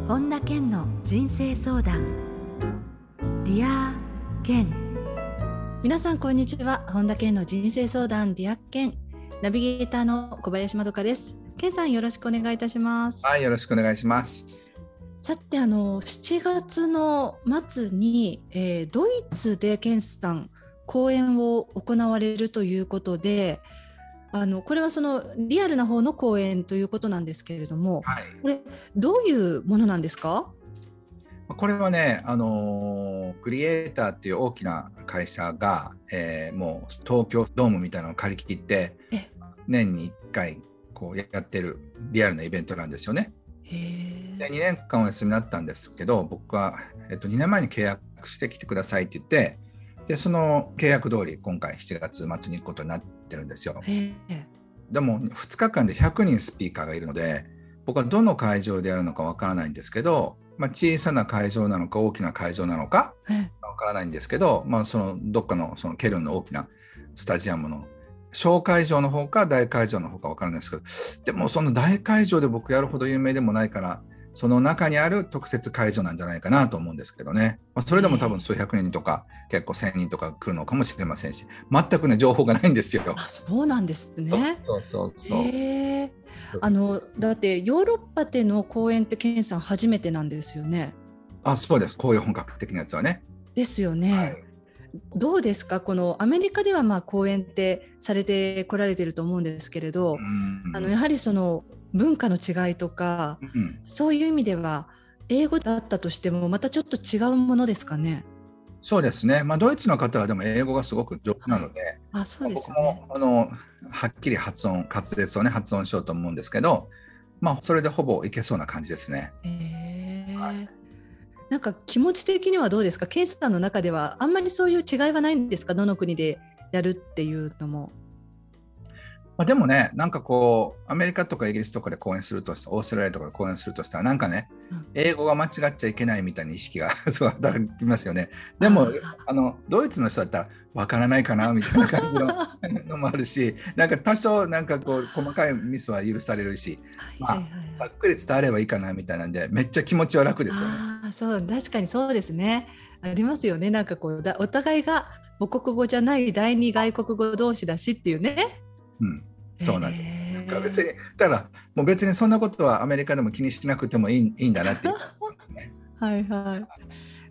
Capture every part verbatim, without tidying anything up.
本田健の人生相談。ディア健。皆さんこんにちは。本田健の人生相談ディア健、ナビゲーターの小林まどかです。健さん、よろしくお願いいたします。 はい、よろしくお願いします。 さて、あのしちがつの末に、えー、ドイツで健さん講演を行われるということで、あのこれはそのリアルな方の講演ということなんですけれども、 はい、 これどういうものなんですか？ これはね、あのクリエイターっていう大きな会社が、えー、もう東京ドームみたいなのを借り切って年にいっかいこうやってるリアルなイベントなんですよね。 へー。 でにねんかんお休みになったんですけど、僕は、えっと、にねんまえに契約してきてくださいって言って、でその契約通り今回しちがつまつに行くことになってるんですよ。 へー。 でもふつかかんでひゃくにんスピーカーがいるので、僕はどの会場でやるのかわからないんですけど、まあ、小さな会場なのか大きな会場なのかわからないんですけど、まあ、そのどっかの、そのケルンの大きなスタジアムの小会場の方か大会場の方かわからないですけど、でもその大会場で僕やるほど有名でもないから、その中にある特設会場なんじゃないかなと思うんですけどね。まあ、それでも多分数百人とか結構せんにんとか来るのかもしれませんし、全くね情報がないんですよ。 あ、そうなんですね。 そうそうそう。 へー。あのだってヨーロッパでの講演って健さん初めてなんですよね。 あ、そうです。こういう本格的なやつはね。 ですよね。はい、どうですか？このアメリカではまあ講演ってされてこられてると思うんですけれど、うん、あのやはりその文化の違いとか、うん、そういう意味では英語だったとしてもまたちょっと違うものですかね？ そうですね、まあ、ドイツの方はでも英語がすごく上手なので、はい、 あ、そうですよね。 僕もあのはっきり発音滑舌をね発音しようと思うんですけど、まあ、それでほぼいけそうな感じですね。 へー。はい、なんか気持ち的にはどうですか？ケンさんの中ではあんまりそういう違いはないんですか？どの国でやるっていうのも。 まあ、でもね、なんかこうアメリカとかイギリスとかで講演するとしたら、オーストラリアとかで講演するとしたら、なんかね、うん、英語が間違っちゃいけないみたいな意識がすごい働きますよね。でもあのドイツの人だったらわからないかなみたいな感じののもあるし、なんか多少なんかこう細かいミスは許されるし、まあ、さっくり伝わればいいかなみたいなんで、めっちゃ気持ちは楽ですよね。 あ、そう、確かにそうですね。ありますよね。なんかこうだお互いが母国語じゃない第二外国語同士だしっていうね。 うん、そうなんです。だから別に、だからもう別にそんなことはアメリカでも気にしなくてもいい、いいんだなっていうことですね。 はいはい。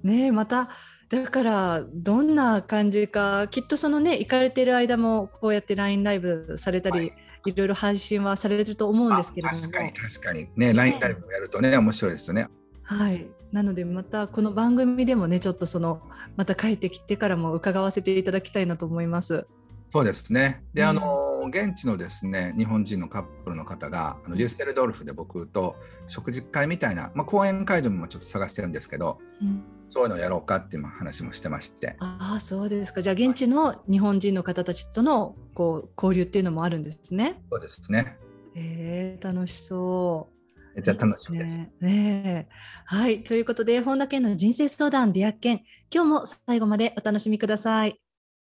ね、まただからどんな感じか、きっとそのね行かれてる間もこうやって ライン ライブされたり、はい、いろいろ配信はされると思うんですけれども。 確かに確かにね、ライン ライブやるとね面白いですよね。 はい、なのでまたこの番組でもねちょっとそのまた帰ってきてからも伺わせていただきたいなと思います。 そうですね。で、あの現地のですね日本人のカップルの方があのデュッセルドルフで僕と食事会みたいな、まあ、講演会場もちょっと探してるんですけど、うん、そういうのをやろうかっていう話もしてまして。 ああ、そうですか。じゃあ現地の日本人の方たちとのこう交流っていうのもあるんですね。 そうですね。 えー、楽しそう。 めっちゃ楽しみです。 ねね、はい、ということで本田健の人生相談ディア健、今日も最後までお楽しみください。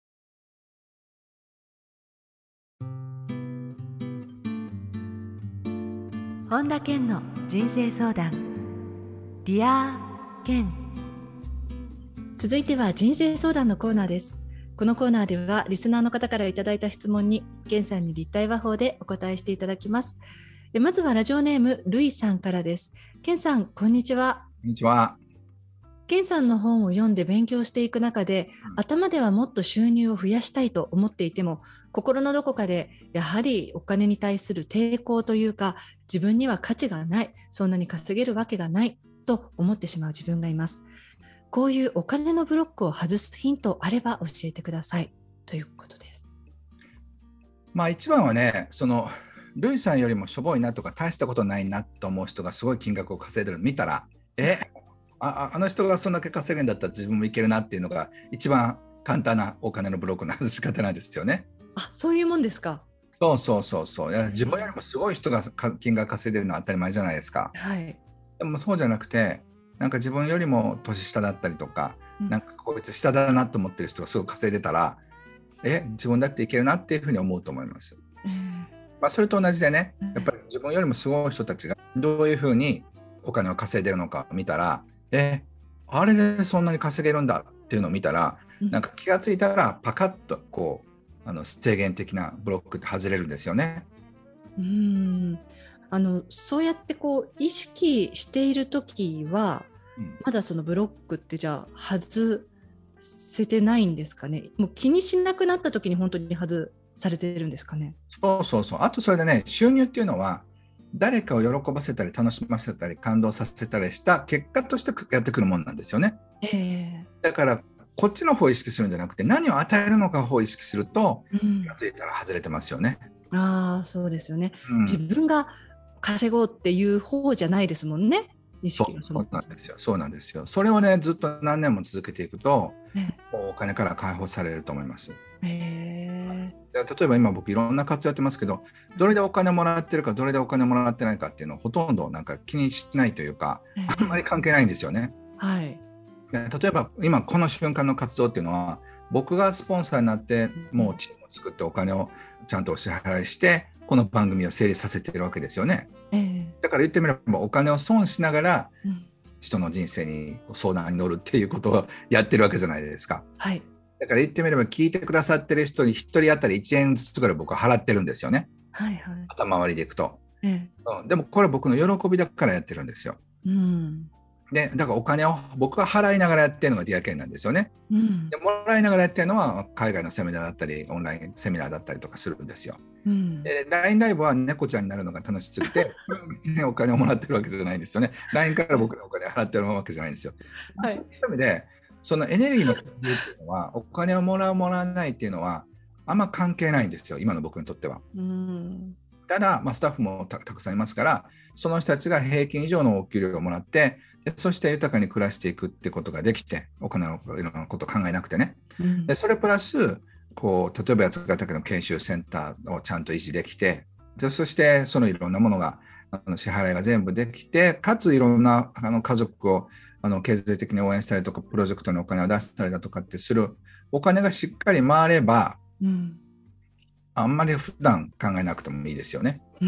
本田健の人生相談ディア健。続いては人生相談のコーナーです。このコーナーではリスナーの方からいただいた質問に健さんに立体話法でお答えしていただきます。まずはラジオネームルイさんからです。健さん、こんにちは。 こんにちは。 健さんの本を読んで勉強していく中で、うん、頭ではもっと収入を増やしたいと思っていても、心のどこかでやはりお金に対する抵抗というか、自分には価値がない、そんなに稼げるわけがないと思ってしまう自分がいます。こういうお金のブロックを外すヒントあれば教えてくださいということです。 まあ一番はね、そのルイさんよりもしょぼいなとか大したことないなと思う人がすごい金額を稼いでるのを見たら、えあ, あの人がそんだけ稼ぐんだったら自分もいけるなっていうのが一番簡単なお金のブロックの外し方なんですよね。 あ、そういうもんですか。 そうそうそうそう。いや、自分よりもすごい人が金額稼いでるのは当たり前じゃないですか。 はい、 でもそうじゃなくて、なんか自分よりも年下だったりとか、うん、なんかこいつ下だなと思ってる人がすごい稼いでたら、え自分だっていけるなっていうふうに思うと思います。うん、まあ、それと同じでね、やっぱり自分よりもすごい人たちがどういうふうにお金を稼いでるのか見たら、えあれでそんなに稼げるんだっていうのを見たら、うん、なんか気がついたらパカッとこうあの制限的なブロックって外れるんですよね。 うーんあのそうやってこう意識しているときは、うん、まだそのブロックってじゃあ外せてないんですかね。もう気にしなくなったときに本当に外されてるんですかね。 そうそうそう。あとそれでね、収入っていうのは誰かを喜ばせたり楽しませたり感動させたりした結果としてやってくるもんなんですよね。 えー、 だからこっちの方を意識するんじゃなくて、何を与えるのかを意識すると、うん、気がついたら外れてますよね。 ああ、そうですよね、うん、自分が稼ごうっていう方じゃないですもんね。意識がそそうなんですよ。そうなんですよ。それをねずっと何年も続けていくと、ね、お金から解放されると思います。へー。例えば今僕いろんな活動やってますけど、どれでお金もらってるかどれでお金もらってないかっていうのをほとんどなんか気にしないというか、あんまり関係ないんですよね。 はい。 例えば今この瞬間の活動っていうのは、僕がスポンサーになってもうチームを作ってお金をちゃんとお支払いしてこの番組を成立させているわけですよね。えー、だから言ってみればお金を損しながら人の人生に相談に乗るっていうことをやってるわけじゃないですか。はい。だから言ってみれば聞いてくださってる人にひとり当たりいちえんずつぐらい僕は払ってるんですよね。はいはい。頭回りでいくと、えーうん、でもこれ僕の喜びだからやってるんですよ。うんでだからお金を僕が払いながらやってるのがディアケンなんですよね、うん、でもらいながらやってるのは海外のセミナーだったりオンラインセミナーだったりとかするんですよ、うん、で ライン ライブは猫ちゃんになるのが楽しすぎてお金をもらってるわけじゃないんですよね。 ライン から僕のお金を払ってるわけじゃないんですよ、はい、そういった意味でそのエネルギーの共有っていうのはお金をもらうもらわないっていうのはあんま関係ないんですよ、今の僕にとっては、うん、ただ、まあ、スタッフも た, たくさんいますからその人たちが平均以上のお給料をもらってでそして豊かに暮らしていくってことができてお金のいろんなことを考えなくてね、うん、でそれプラスこう例えば八ヶ岳の研修センターをちゃんと維持できてでそしてそのいろんなものがあの支払いが全部できてかついろんなあの家族をあの経済的に応援したりとかプロジェクトにお金を出したりだとかってするお金がしっかり回れば、うん、あんまり普段考えなくてもいいですよね。うん、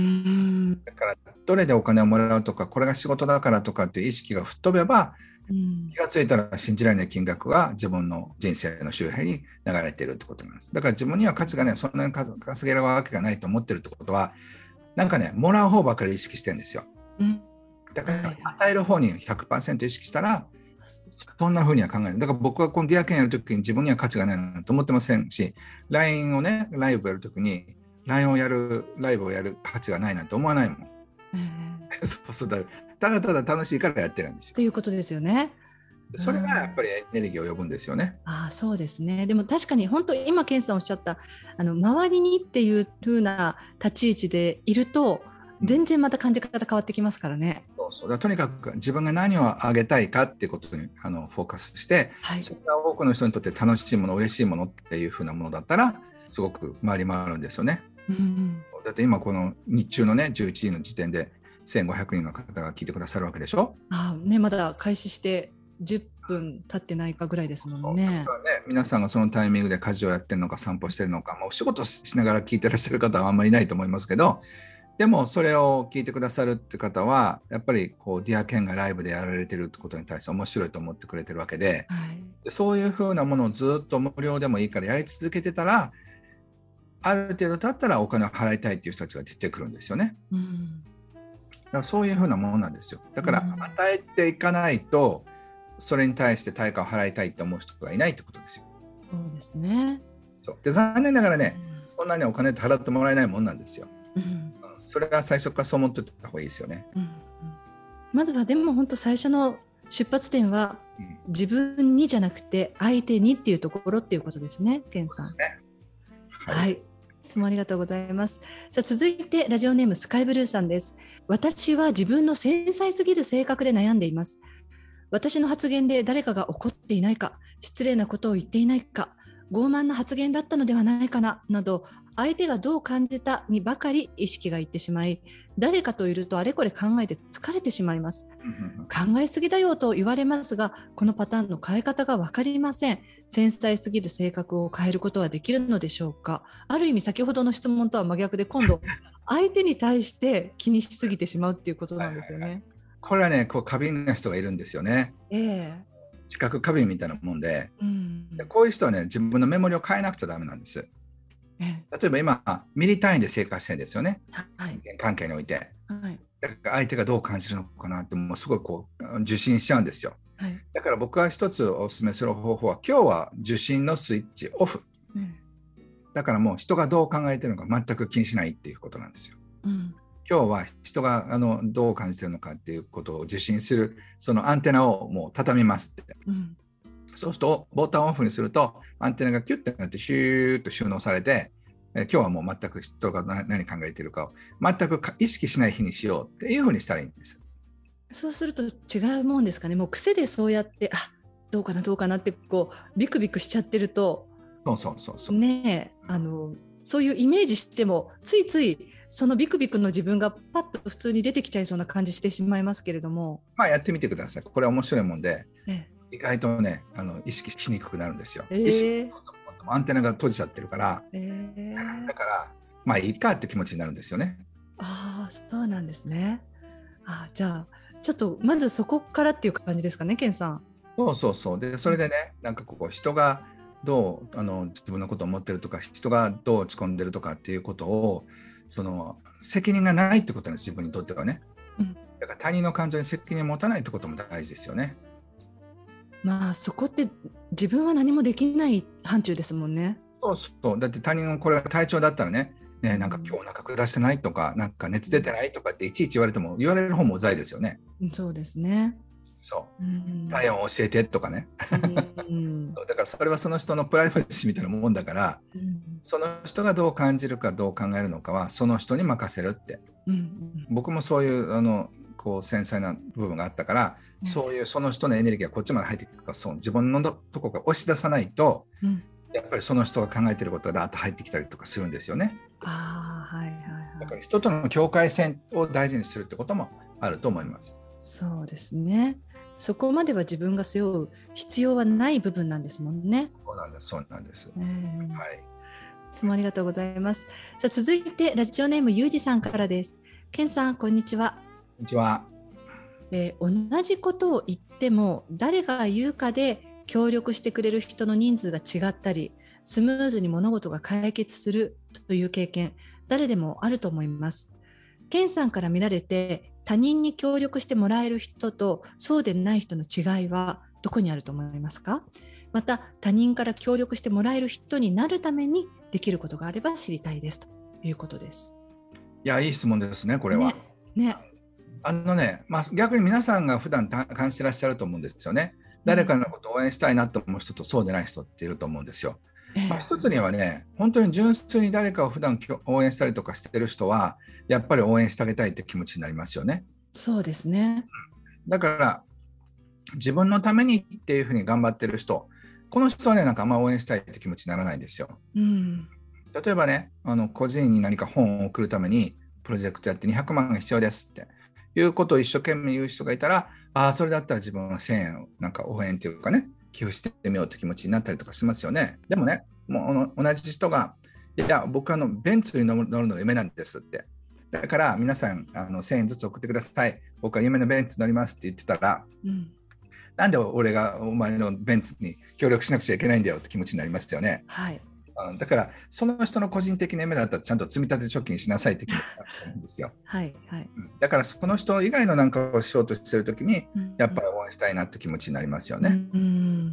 だからどれでお金をもらうとかこれが仕事だからとかっていう意識が吹っ飛べば、うん、気がついたら信じられない金額が自分の人生の周辺に流れているってことなんです。だから自分には価値がねそんなに稼げるわけがないと思ってるってことはなんかねもらう方ばかり意識してるんですよ、うん、だから与える方に ひゃくパーセント 意識したらそんな風には考えない。だから僕はこのディアケンやるときに自分には価値がないなと思ってませんし ライン をねライブやるときにライン をやるライブをやる価値がないなんて思わないもん、うん、そうそうだただただ楽しいからやってるんですよということですよね。 それがやっぱりエネルギーを呼ぶんですよね。 ああそうですね。でも確かに本当今ケンさんおっしゃったあの周りにっていう風な立ち位置でいると全然また感じ方変わってきますからね。 そうそうだとにかく自分が何をあげたいかっていうことにあのフォーカスして、はい、それが多くの人にとって楽しいもの嬉しいものっていう風なものだったらすごく回り回るんですよね、うんうん、だって今この日中のねじゅういちじの時点でせんごひゃくにんの方が聞いてくださるわけでしょ。 あ、ね、まだ開始してじゅっぷん経ってないかぐらいですもんね。 だからね皆さんがそのタイミングで家事をやってるのか散歩してるのか、まあ、お仕事しながら聞いてらっしゃる方はあんまりいないと思いますけどでもそれを聞いてくださるって方はやっぱりこうディアケンがライブでやられてるってことに対して面白いと思ってくれてるわけ で,、はい、でそういう風なものをずっと無料でもいいからやり続けてたらある程度経ったらお金を払いたいっていう人たちが出てくるんですよね、うん、だからそういう風なものなんですよ。だから与えていかないとそれに対して対価を払いたいと思う人がいないってことですよ。 そうですね。 そうで残念ながらね、うん、そんなにお金って払ってもらえないもんなんですよ、うん、それが最初からそう思っておいた方がいいですよね、うんうん、 まずはでも本当最初の出発点は、うん、自分にじゃなくて相手にっていうところっていうことですね、ケンさん。そうですね。はい、はい、いつもありがとうございます。さあ続いてラジオネームスカイブルーさんです。私は自分の繊細すぎる性格で悩んでいます。私の発言で誰かが怒っていないか、失礼なことを言っていないか、傲慢な発言だったのではないかななど相手がどう感じたにばかり意識がいってしまい誰かといるとあれこれ考えて疲れてしまいます。考えすぎだよと言われますがこのパターンの変え方が分かりません。繊細すぎる性格を変えることはできるのでしょうか。ある意味先ほどの質問とは真逆で今度相手に対して気にしすぎてしまうっていうことなんですよね。はいはいはい、 これはね、こう過敏な人がいるんですよね。 ええ、 知覚過敏みたいなもんで、 うん、 でこういう人はね、自分のメモリを変えなくちゃダメなんです。 ええ、 例えば今ミリ単位で生活してるんですよね、 はい、 人間関係において。 はい、 だから相手がどう感じるのかなってもうすごいこう受信しちゃうんですよ。 はい、 だから僕が一つお勧めする方法は、今日は受信のスイッチオフ。 うん、 だからもう人がどう考えてるのか全く気にしないっていうことなんですよ。 うん、 今日は人があのどう感じてるのかっていうことを受信するそのアンテナをもう畳みますって。 うん、 そうするとボタンをオフにするとアンテナがキュッてなってシューッと収納されて、え今日はもう全く人が何考えているかを全く意識しない日にしようっていうふうにしたらいいんです。 そうすると違うもんですかね。もう癖でそうやってあどうかなどうかなってこうビクビクしちゃってると、 そうそうそうそうねえ、あのそういうイメージしてもついついそのビクビクの自分がパッと普通に出てきちゃいそうな感じしてしまいますけれども、 まあやってみてください。これは面白いもんで、 え意外とねあの意識しにくくなるんですよ。 えー、 意識するとアンテナが閉じちゃってるから、 えー、 だからまあいいかって気持ちになるんですよね。 ああそうなんですね。あじゃあちょっとまずそこからっていう感じですかね、ケンさん。 そうそうそう。でそれでね、なんかここ人がどうあの自分のことを思ってるとか、人がどう落ち込んでるとかっていうことを、その責任がないってことなんです、自分にとってはね。 うん、 だから他人の感情に責任を持たないってことも大事ですよね。 まあそこって自分は何もできない範疇ですもんね。 そうそう。だって他人のこれが体調だったらね、ね、なんか今日お腹下してないとか、なんか熱出てないとかっていちいち言われても、言われる方もうざいですよね。 そうですね。 そう。 うん、 体温を教えてとかね。 うん、 だからそれはその人のプライバシーみたいなもんだから、 うん、 その人がどう感じるかどう考えるのかはその人に任せるって。 うん、 僕もそういうあのこう繊細な部分があったから、うん、そういうその人のエネルギーがこっちまで入ってくるから、そう自分のところから押し出さないと、うん、やっぱりその人が考えていることがダーッと入ってきたりとかするんですよね。 あ、はいはいはい、 だから人との境界線を大事にするってこともあると思います。 そうですね。そこまでは自分が背負う必要はない部分なんですもんね。 そうなんです、そうなんです。 えー、 はい。 いつもありがとうございます。さあ続いてラジオネームゆうじさんからです。ケンさんこんにちは。 こんにちは。 えー、同じことを言っても誰が言うかで協力してくれる人の人数が違ったり、スムーズに物事が解決するという経験、誰でもあると思います。ケンさんから見られて他人に協力してもらえる人とそうでない人の違いはどこにあると思いますか？また他人から協力してもらえる人になるためにできることがあれば知りたいですということです。 いや、いい質問ですね、これは。 ね、ね、 あのね、まあ、逆に皆さんが普段感じてらっしゃると思うんですよね。誰かのことを応援したいなと思う人とそうでない人っていると思うんですよ。まあ、一つにはね、本当に純粋に誰かを普段応援したりとかしてる人はやっぱり応援してあげたいって気持ちになりますよね。 そうですね。 だから自分のためにっていうふうに頑張ってる人、この人はね、なんかあんま応援したいって気持ちにならないんですよ。 うん、 例えばね、あの個人に何か本を送るためにプロジェクトやってにひゃくまんが必要ですっていうことを一生懸命言う人がいたら、ああ、それだったら自分はせんえんをなんか応援っていうかね、寄付してみようって気持ちになったりとかしますよね。でもね、もう同じ人が、いや、僕はあのベンツに乗るのが夢なんですって。だから皆さんあのせんえんずつ送ってください。僕は夢のベンツ乗りますって言ってたら、うん、なんで俺がお前のベンツに協力しなくちゃいけないんだよって気持ちになりますよね。 はい。 だからその人の個人的な夢だったらちゃんと積み立て貯金しなさいって気持ちになると思うんですよ。 はいはい、 だからその人以外の何かをしようとしてるときに、うん、やっぱり応援したいなって気持ちになりますよね。 うん、うん、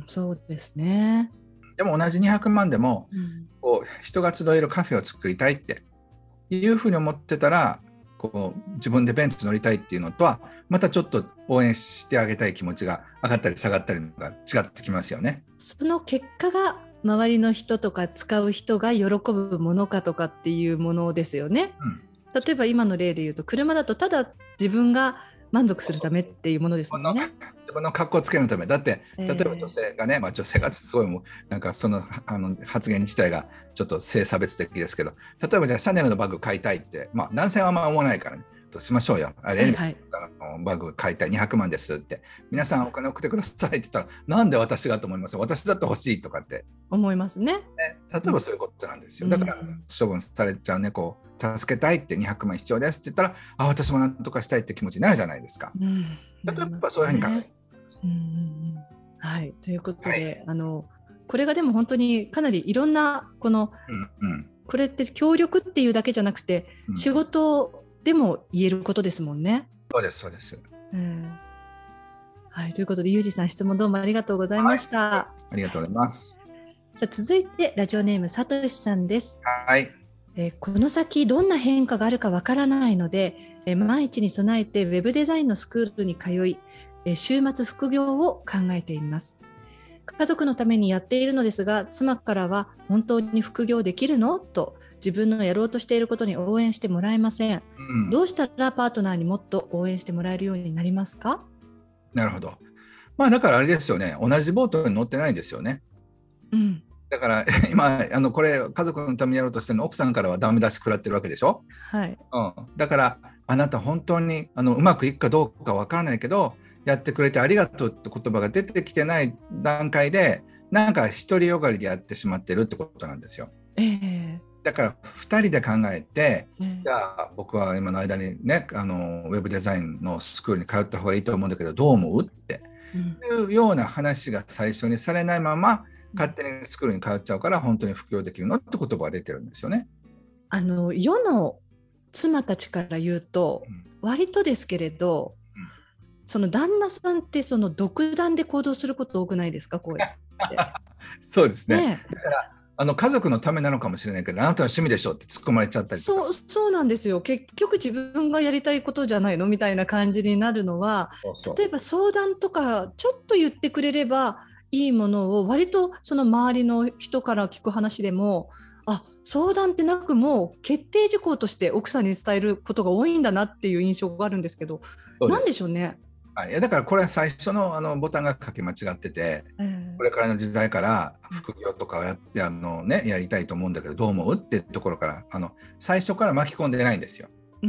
そうですね。 でも同じにひゃくまんでも、うん、こう人が集えるカフェを作りたいっていうふうに思ってたら、こう自分でベンツ乗りたいっていうのとはまたちょっと応援してあげたい気持ちが上がったり下がったりのが違ってきますよね。 その結果が周りの人とか使う人が喜ぶものかとかっていうものですよね。うん、例えば今の例で言うと車だとただ自分が満足するためっていうものですもんね。 自分の格好をつけるためだって、例えば女性がね、えーまあ、女性がすごいもうなんかその、あの発言自体がちょっと性差別的ですけど、例えばじゃあシャネルのバッグ買いたいって、まあ、男性はあんま思わないからね、 としましょうよ。あれ、 はいはい、 のバッグ買いたいにひゃくまんですって、皆さんお金送ってくださいって言ったら、なんで私がと思いますよ。私だって欲しいとかって思いますね。 ね、例えばそういうことなんですよ。だから処分されちゃう猫を助けたいってにひゃくまん必要ですって言ったら、あ、私も何とかしたいって気持ちになるじゃないですか。うん、例えばそういうふうに考えてください。うん、 はい、ということで、はい、あのこれがでも本当にかなりいろんなこの、うんうん、これって協力っていうだけじゃなくて、うん、仕事でも言えることですもんね。 そうですそうです、 うん、はい、ということでユージさん、質問どうもありがとうございました。 はい、ありがとうございます。 さあ続いてラジオネームさとしさんです。 はい、 えー、この先どんな変化があるかわからないので、えー、万一に備えてウェブデザインのスクールに通い、えー、週末副業を考えています。家族のためにやっているのですが、妻からは本当に副業できるのと自分のやろうとしていることに応援してもらえません、うん、どうしたらパートナーにもっと応援してもらえるようになりますか？ なるほど。まあだからあれですよね、同じボートに乗ってないんですよね。うん、だから今あのこれ家族のためにやろうとしてるの、奥さんからはダメ出し食らってるわけでしょ。はい、うん、だからあなた本当にあのうまくいくかどうかわからないけど、やってくれてありがとうって言葉が出てきてない段階で、なんか独りよがりでやってしまってるってことなんですよ。えー、だからふたりで考えて、えー、じゃあ僕は今の間にね、あのウェブデザインのスクールに通った方がいいと思うんだけどどう思うって、うん、いうような話が最初にされないまま勝手にスクールに通っちゃうから、本当に副業できるのって言葉が出てるんですよね。 あの世の妻たちから言うと、うん、割とですけれど、その旦那さんってその独断で行動すること多くないですか？こうやってそうです ね, ねだからあの家族のためなのかもしれないけど、あなたの趣味でしょって突っ込まれちゃったりとか。 そう、そうなんですよ。結局自分がやりたいことじゃないのみたいな感じになるのは、そうそう、例えば相談とかちょっと言ってくれればいいものを、割とその周りの人から聞く話でも、あ、相談ってなくもう決定事項として奥さんに伝えることが多いんだなっていう印象があるんですけど、なんでしょうね。 はい、だからこれは最初 の, あのボタンが書き間違ってて、うん、これからの時代から副業とかをやってあの、ね、やりたいと思うんだけどどう思うっていうところからあの最初から巻き込んでないんですよ。うん、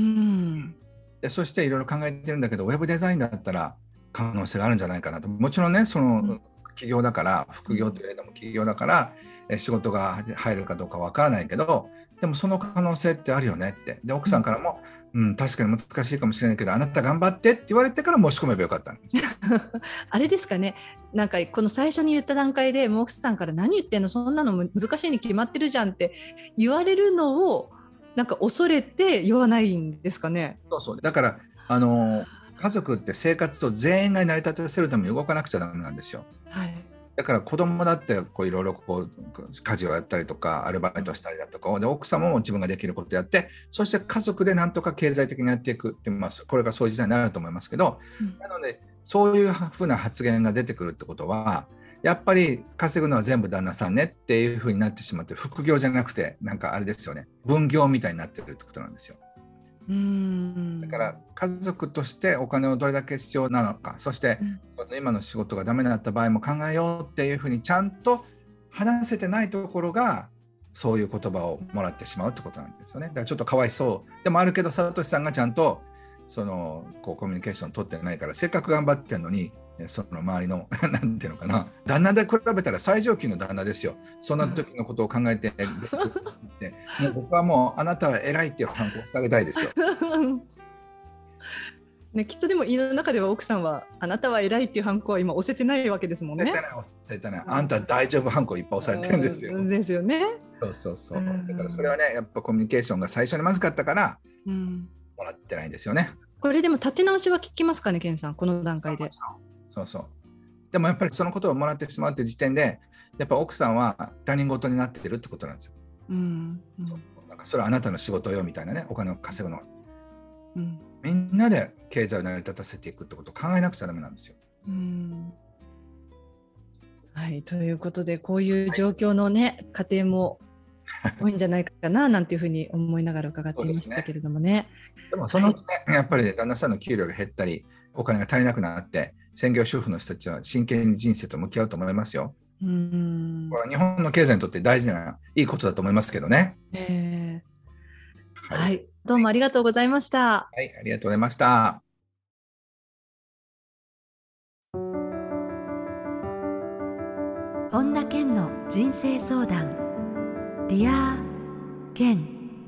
でそしていろいろ考えてるんだけど、ウェブデザインだったら可能性があるんじゃないかなと。もちろんね、その、うん、企業だから副業というのも企業だからえ仕事が入るかどうかわからないけど、でもその可能性ってあるよねって。で奥さんからも、うんうん、確かに難しいかもしれないけどあなた頑張ってって言われてから申し込めばよかったんですよあれですかね、なんかこの最初に言った段階でもう奥さんから何言ってんの、そんなの難しいに決まってるじゃんって言われるのをなんか恐れて言わないんですかね。 そうそう、だからあの家族って生活と全員が成り立たせるために動かなくちゃダメなんですよ。はい、だから子供だってこういろいろこう家事をやったりとかアルバイトしたりだとかで、奥様も自分ができることやって、そして家族でなんとか経済的にやっていくって、まあ、これがそういう時代になると思いますけど、うん、なのでそういうふうな発言が出てくるってことは、やっぱり稼ぐのは全部旦那さんねっていうふうになってしまって、副業じゃなくてなんかあれですよね、分業みたいになってるってことなんですよ。うーん、だから家族としてお金をどれだけ必要なのか、そして、うん、今の仕事がダメになった場合も考えようっていうふうにちゃんと話せてないところが、そういう言葉をもらってしまうってことなんですよね。だからちょっとかわいそうでもあるけど、さとしさんがちゃんとそのこうコミュニケーション取ってないから、せっかく頑張ってるのにその周りのなんていうのかな、旦那で比べたら最上級の旦那ですよ。そんな時のことを考えて、うん、もう僕はもうあなたは偉いっていう反抗をしてあげたいですよね、きっとでも家の中では奥さんはあなたは偉いっていう反抗は今押せてないわけですもんね。 押せてない押せてない、あんた大丈夫反抗いっぱい押されてるんですよ。 ですよね。 そうそうそう、だからそれはね、やっぱコミュニケーションが最初にまずかったから、うん、もらってないんですよね。 これでも立て直しは効きますかね、ケンさん、この段階で。 そうそう、でもやっぱりそのことをもらってしまうって時点で、やっぱ奥さんは他人事になってるってことなんですよ。うんうん、そう、なんかそれはあなたの仕事よみたいなね、お金を稼ぐのは、うん、みんなで経済を成り立たせていくってことを考えなくちゃダメなんですよ。うん、 はい、ということでこういう状況のね、はい、家庭も多いんじゃないかななんていうふうに思いながら伺っていましたけれどもね。 でもそのうちね、はい、やっぱり旦那さんの給料が減ったりお金が足りなくなって専業主婦の人たちは真剣に人生と向き合うと思いますよ。うん、これは日本の経済にとって大事ないいことだと思いますけどね。えー、 はい、はい、 どうもありがとうございました。 はい、ありがとうございました。 本田健の人生相談。ディア健。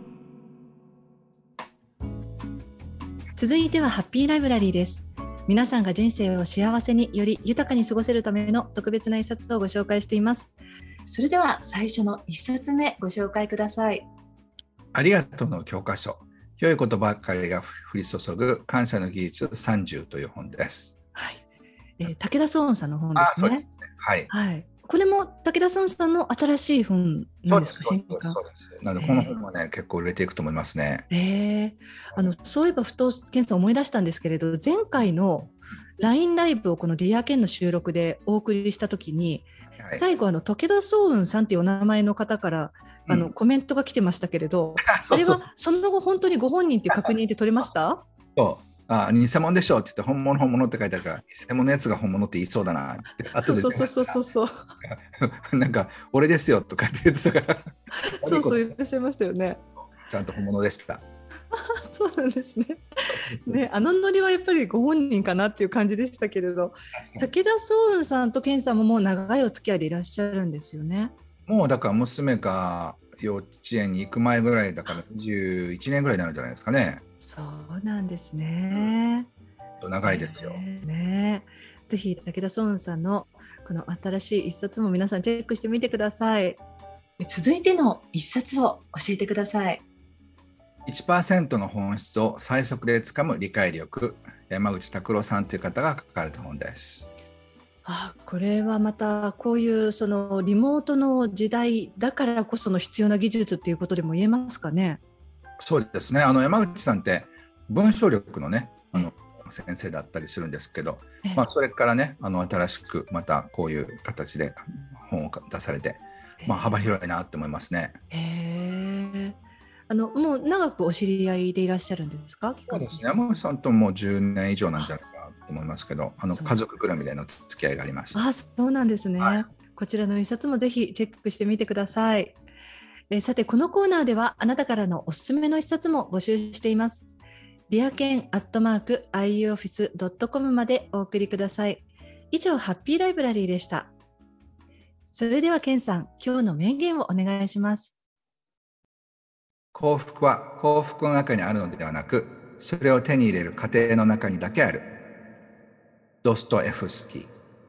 続いてはハッピーライブラリーです。皆さんが人生を幸せにより豊かに過ごせるための特別な一冊をご紹介しています。それでは最初の一冊目ご紹介ください。 ありがとうの教科書。良いことばかりが降り注ぐ感謝の技術さんじゅうという本です。 はい、えー、武田壮雲さんの本ですね。 あ、そうですね。はい。 はい。これも武田壮雲さんの新しい本なんですか？ そうです。そうです。なのでこの本はね、えー、結構売れていくと思いますね。 えー、あのそういえばふと健さん思い出したんですけれど、前回の ライン ライブをこのディア健の収録でお送りしたときに、はい、最後あの武田壮雲さんっていうお名前の方からあの、うん、コメントが来てましたけれど、それはその後本当にご本人って確認で取れました？ そうあ、偽物でしょって言って本物本物って書いてあるから偽物のやつが本物って言いそうだなって後でそうそうそうそうそうなんか俺ですよとかって言ってたからそうそう言ってらっしゃいましたよね。 ちゃんと本物でしたそうなんですね。ね、あのノリはやっぱりご本人かなっていう感じでしたけれど、武田壮雲さんと健さんももう長いお付き合いでいらっしゃるんですよね。 もうだから娘が幼稚園に行く前ぐらいだからにじゅういちねんぐらいになるんじゃないですかね。 そうなんですね。 うん、長いですよ。 ね、ぜひ武田壮雲さんのこの新しい一冊も皆さんチェックしてみてください。続いての一冊を教えてください。 いちパーセント の本質を最速でつかむ理解力、山口拓郎さんという方が書かれた本です。 あ、これはまたこういうそのリモートの時代だからこその必要な技術っていうことでも言えますかね。 そうですね。あの山口さんって文章力のね、あの先生だったりするんですけど、まあ、それからね、あの新しくまたこういう形で本を出されて、まあ、幅広いなって思いますね。 へー、あのもう長くお知り合いでいらっしゃるんですか？ そうですね。山口さんともじゅうねん以上なんじゃないかと思いますけど、あの家族ぐるみでの付き合いがありました。 あ、そうなんですね。はい、こちらの一冊もぜひチェックしてみてください。えさて、このコーナーではあなたからのおすすめの一冊も募集しています。ディアケンアットマーク アイユーオフィスドットコム までお送りください。以上、ハッピーライブラリーでした。それでは健さん、今日の名言をお願いします。 幸福は幸福の中にあるのではなく、それを手に入れる過程の中にだけある。ドストエフスキー。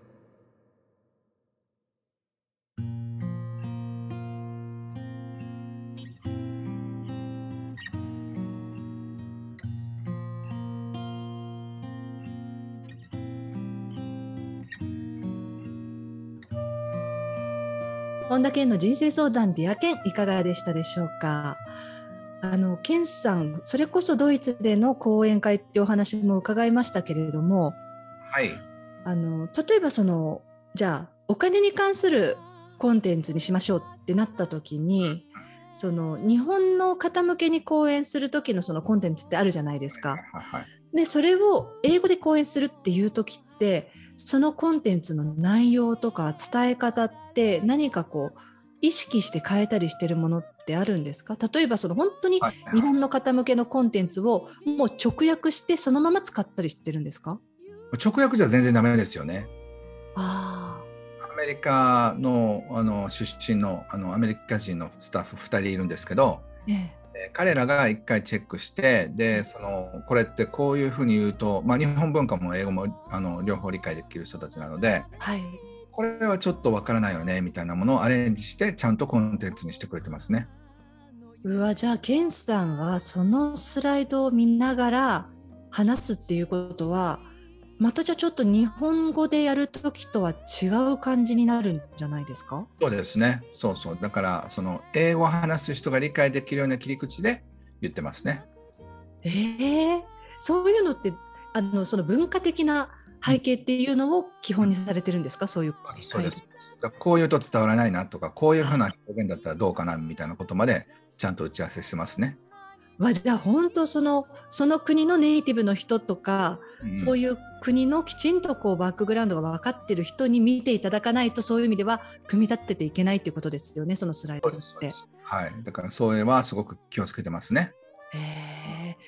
本田健の人生相談ディア健、いかがでしたでしょうか。あの健さん、それこそドイツでの講演会ってお話も伺いましたけれども、 はい、 あの例えばそのじゃあお金に関するコンテンツにしましょうってなった時に、その日本の方向けに講演する時のそのコンテンツってあるじゃないですか。 はい、 でそれを英語で講演するっていう時って、そのコンテンツの内容とか伝え方って何かこう意識して変えたりしてるものってあるんですか？例えばその本当に日本の方向けのコンテンツをもう直訳してそのまま使ったりしてるんですか？ 直訳じゃ全然ダメですよね。 あアメリカ の, あの出身 の, あのアメリカ人のスタッフふたりいるんですけど、ええ、彼らがいっかいチェックして、でそのこれってこういうふうに言うと、まあ、日本文化も英語もあの両方理解できる人たちなので、はい、これはちょっとわからないよねみたいなものをアレンジしてちゃんとコンテンツにしてくれてますね。 うわ、じゃあケンさんはそのスライドを見ながら話すっていうことは、またじゃあちょっと日本語でやるときとは違う感じになるんじゃないですか？ そうですね。そうそう。だからその英語を話す人が理解できるような切り口で言ってますね。 えー、そういうのってあのその文化的な背景っていうのを基本にされてるんですか？うん、そういうそうです。だこういうと伝わらないなとか、こういうふうな表現だったらどうかなみたいなことまでちゃんと打ち合わせしてますね。 わ、じゃあ本当そのその国のネイティブの人とか、うん、そういう国のきちんとこうバックグラウンドが分かっている人に見ていただかないと、そういう意味では組み立てていけないっていうことですよね、そのスライドって。 はい、だからそれはすごく気をつけてますね。 へー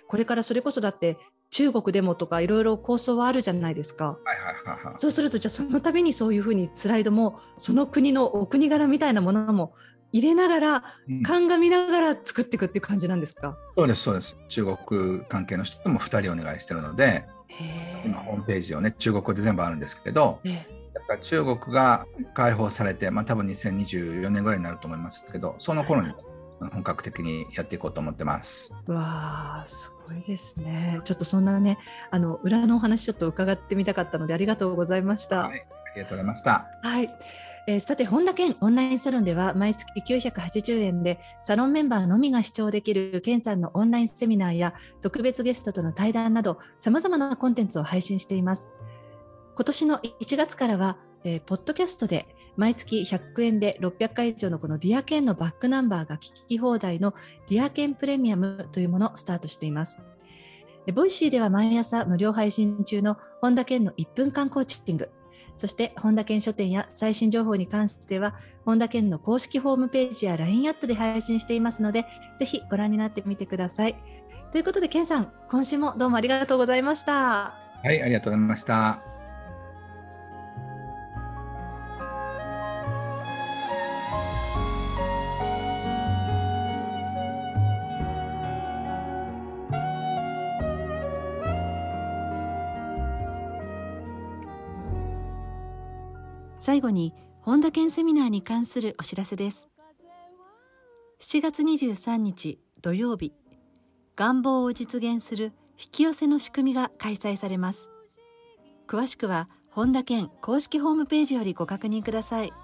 これからそれこそだって中国でもとかいろいろ構想はあるじゃないですか。 はいはいはいはい、 そうするとじゃあその度にそういうふうにスライドもその国のお国柄みたいなものも入れながら、うん、鑑みながら作っていくっていう感じなんですか？ そうですそうです。中国関係の人ともふたりお願いしてるので、今ホームページをね中国語で全部あるんですけど、やっぱ中国が解放されて、まあ、多分にせんにじゅうよねんぐらいになると思いますけど、その頃に本格的にやっていこうと思ってます。 わー、すごいですね。ちょっとそんなねあの裏のお話ちょっと伺ってみたかったのでありがとうございました。 はい、ありがとうございました。 はい、えー、さて本田健オンラインサロンでは毎月きゅうひゃくはちじゅうえんでサロンメンバーのみが視聴できる健さんのオンラインセミナーや特別ゲストとの対談などさまざまなコンテンツを配信しています。今年のいちがつからは、えー、ポッドキャストで毎月ひゃくえんでろっぴゃっかい以上のこのディアケンのバックナンバーが聞き放題のディアケンプレミアムというものをスタートしています。ボイシーでは毎朝無料配信中の本田健のいっぷんかんコーチング、そして本田健書店や最新情報に関しては本田健の公式ホームページや ライン アットで配信していますので、ぜひご覧になってみてください。ということで健さん、今週もどうもありがとうございました。 はい、ありがとうございました。 最後に本田健セミナーに関するお知らせです。しちがつにじゅうさんにち土曜日、願望を実現する引き寄せの仕組みが開催されます。詳しくは本田健公式ホームページよりご確認ください。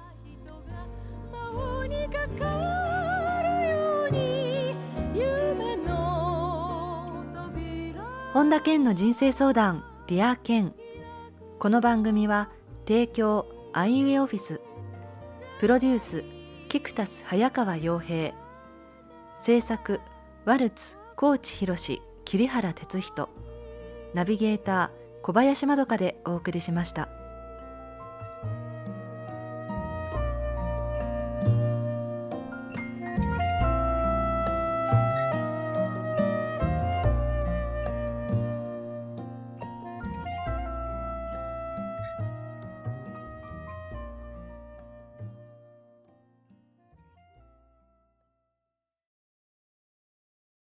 本田健の人生相談ディア健。この番組は提供アイウェイオフィス、プロデュースキクタス早川洋平、制作ワルツ高知博史桐原哲人、ナビゲーター小林まどかでお送りしました。